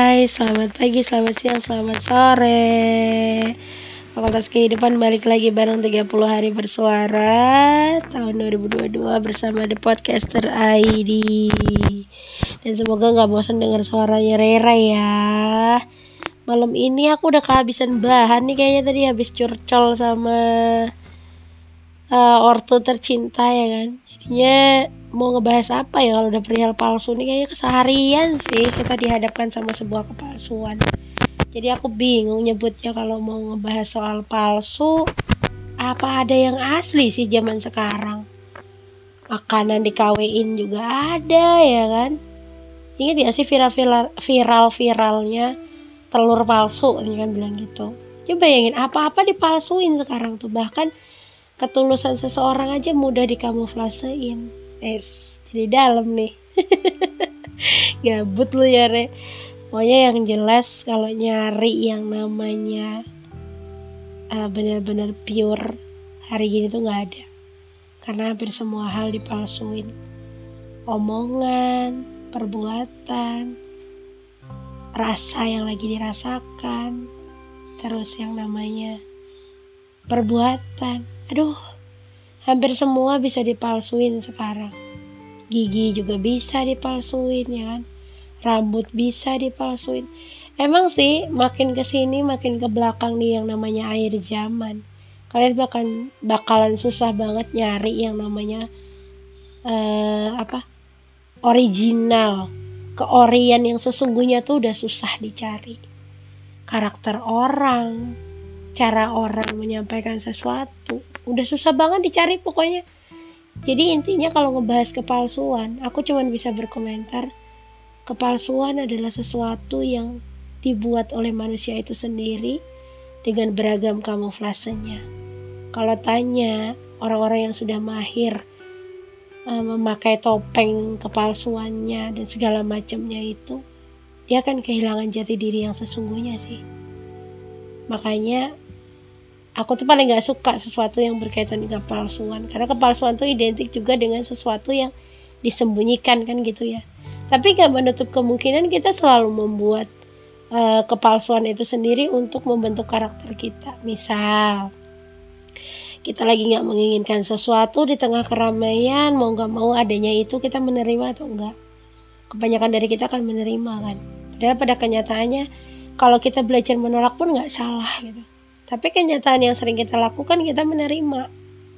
guys, selamat pagi, selamat siang, selamat sore. Fakultas Kehidupan balik lagi bareng 30 hari bersuara tahun 2022 bersama The Podcaster ID. Dan semoga gak bosan denger suaranya Rera ya. Malam ini aku udah kehabisan bahan nih, kayaknya tadi habis curcol sama ortu tercinta ya kan. Jadinya mau ngebahas apa ya kalau udah perihal palsu nih, kayaknya keseharian sih kita dihadapkan sama sebuah kepalsuan. Jadi aku bingung nyebutnya kalau mau ngebahas soal palsu. Apa ada yang asli sih zaman sekarang? Makanan di KW-in juga ada ya kan. Ingat gak sih viral-viralnya telur palsu kan bilang gitu. Coba bayangin apa-apa dipalsuin sekarang tuh. Bahkan ketulusan seseorang aja mudah dikamuflasein. Jadi dalam nih. Gabut lu ya Re. Pokoknya yang jelas kalau nyari yang namanya benar-benar pure hari gini tuh gak ada. Karena hampir semua hal dipalsuin. Omongan, perbuatan, rasa yang lagi dirasakan, terus yang namanya perbuatan. Aduh, hampir semua bisa dipalsuin sekarang. Gigi juga bisa dipalsuin ya kan. Rambut bisa dipalsuin. Emang sih makin kesini makin ke belakang nih yang namanya akhir zaman. Kalian bakalan susah banget nyari yang namanya original. Keorian yang sesungguhnya tuh udah susah dicari. Karakter orang, cara orang menyampaikan sesuatu udah susah banget dicari pokoknya. Jadi intinya kalau ngebahas kepalsuan, aku cuma bisa berkomentar, kepalsuan adalah sesuatu yang dibuat oleh manusia itu sendiri dengan beragam kamuflasenya. Kalau tanya orang-orang yang sudah mahir memakai topeng kepalsuannya dan segala macamnya itu, dia akan kehilangan jati diri yang sesungguhnya sih. Makanya aku tuh paling gak suka sesuatu yang berkaitan dengan kepalsuan. Karena kepalsuan tuh identik juga dengan sesuatu yang disembunyikan kan gitu ya. Tapi gak menutup kemungkinan kita selalu membuat kepalsuan itu sendiri untuk membentuk karakter kita. Misal kita lagi gak menginginkan sesuatu di tengah keramaian, mau gak mau adanya itu kita menerima atau enggak. Kebanyakan dari kita akan menerima kan. Padahal pada kenyataannya kalau kita belajar menolak pun gak salah gitu. Tapi kenyataan yang sering kita lakukan, kita menerima.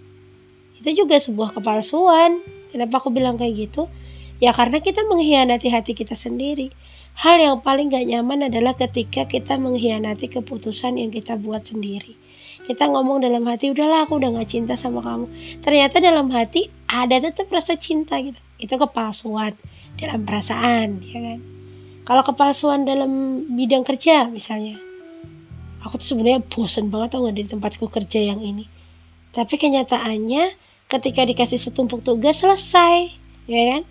Itu juga sebuah kepalsuan. Kenapa aku bilang kayak gitu? Ya karena kita mengkhianati hati kita sendiri. Hal yang paling gak nyaman adalah ketika kita mengkhianati keputusan yang kita buat sendiri. Kita ngomong dalam hati, udahlah aku udah gak cinta sama kamu. Ternyata dalam hati ada tetap rasa cinta gitu. Itu kepalsuan dalam perasaan, ya kan? Kalau kepalsuan dalam bidang kerja misalnya, aku tuh sebenarnya bosen banget tau gak di tempatku kerja yang ini. Tapi kenyataannya ketika dikasih setumpuk tugas selesai, ya kan?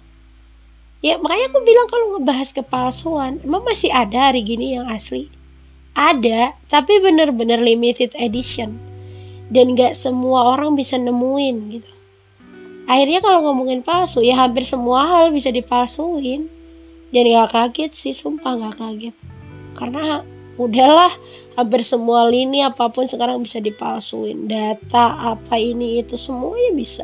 Ya makanya aku bilang kalau ngebahas kepalsuan, emang masih ada hari gini yang asli? Ada, tapi bener-bener limited edition. Dan gak semua orang bisa nemuin gitu. Akhirnya kalau ngomongin palsu, ya hampir semua hal bisa dipalsuin. Dan gak kaget sih, sumpah gak kaget. Karena udahlah, hampir semua lini apapun sekarang bisa dipalsuin. Data apa ini itu semuanya bisa.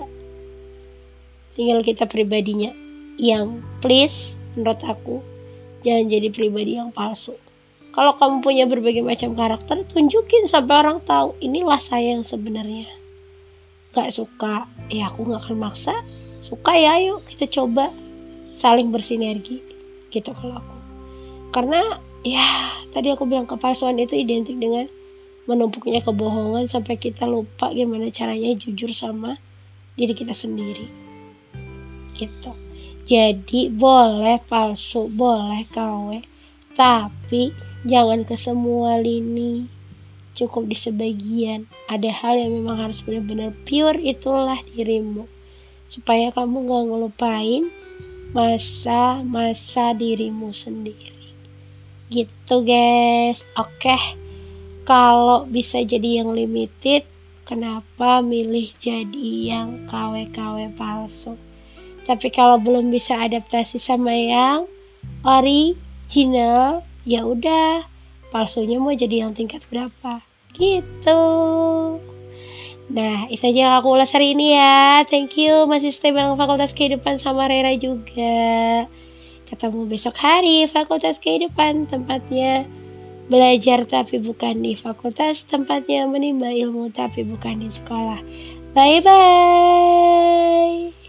Tinggal kita pribadinya yang please menurut aku jangan jadi pribadi yang palsu. Kalau kamu punya berbagai macam karakter, tunjukin sampai orang tahu inilah saya yang sebenarnya. Gak suka, ya aku gak akan maksa. Suka ya ayo kita coba saling bersinergi gitu kalau aku. Karena ya tadi aku bilang kepalsuan itu identik dengan menumpuknya kebohongan sampai kita lupa gimana caranya jujur sama diri kita sendiri gitu. Jadi boleh palsu, boleh KW, tapi jangan ke semua lini, cukup di sebagian. Ada hal yang memang harus benar-benar pure, itulah dirimu, supaya kamu gak ngelupain masa-masa dirimu sendiri gitu guys. Oke, kalau bisa jadi yang limited, kenapa milih jadi yang KW-KW palsu? Tapi kalau belum bisa adaptasi sama yang original, ya udah, palsunya mau jadi yang tingkat berapa gitu. Nah, itu aja yang aku ulas hari ini ya. Thank you masih stay bareng Fakultas Kehidupan sama Rera juga. Ketemu besok hari Fakultas Kehidupan, tempatnya belajar tapi bukan di fakultas, tempatnya menimba ilmu tapi bukan di sekolah. Bye bye.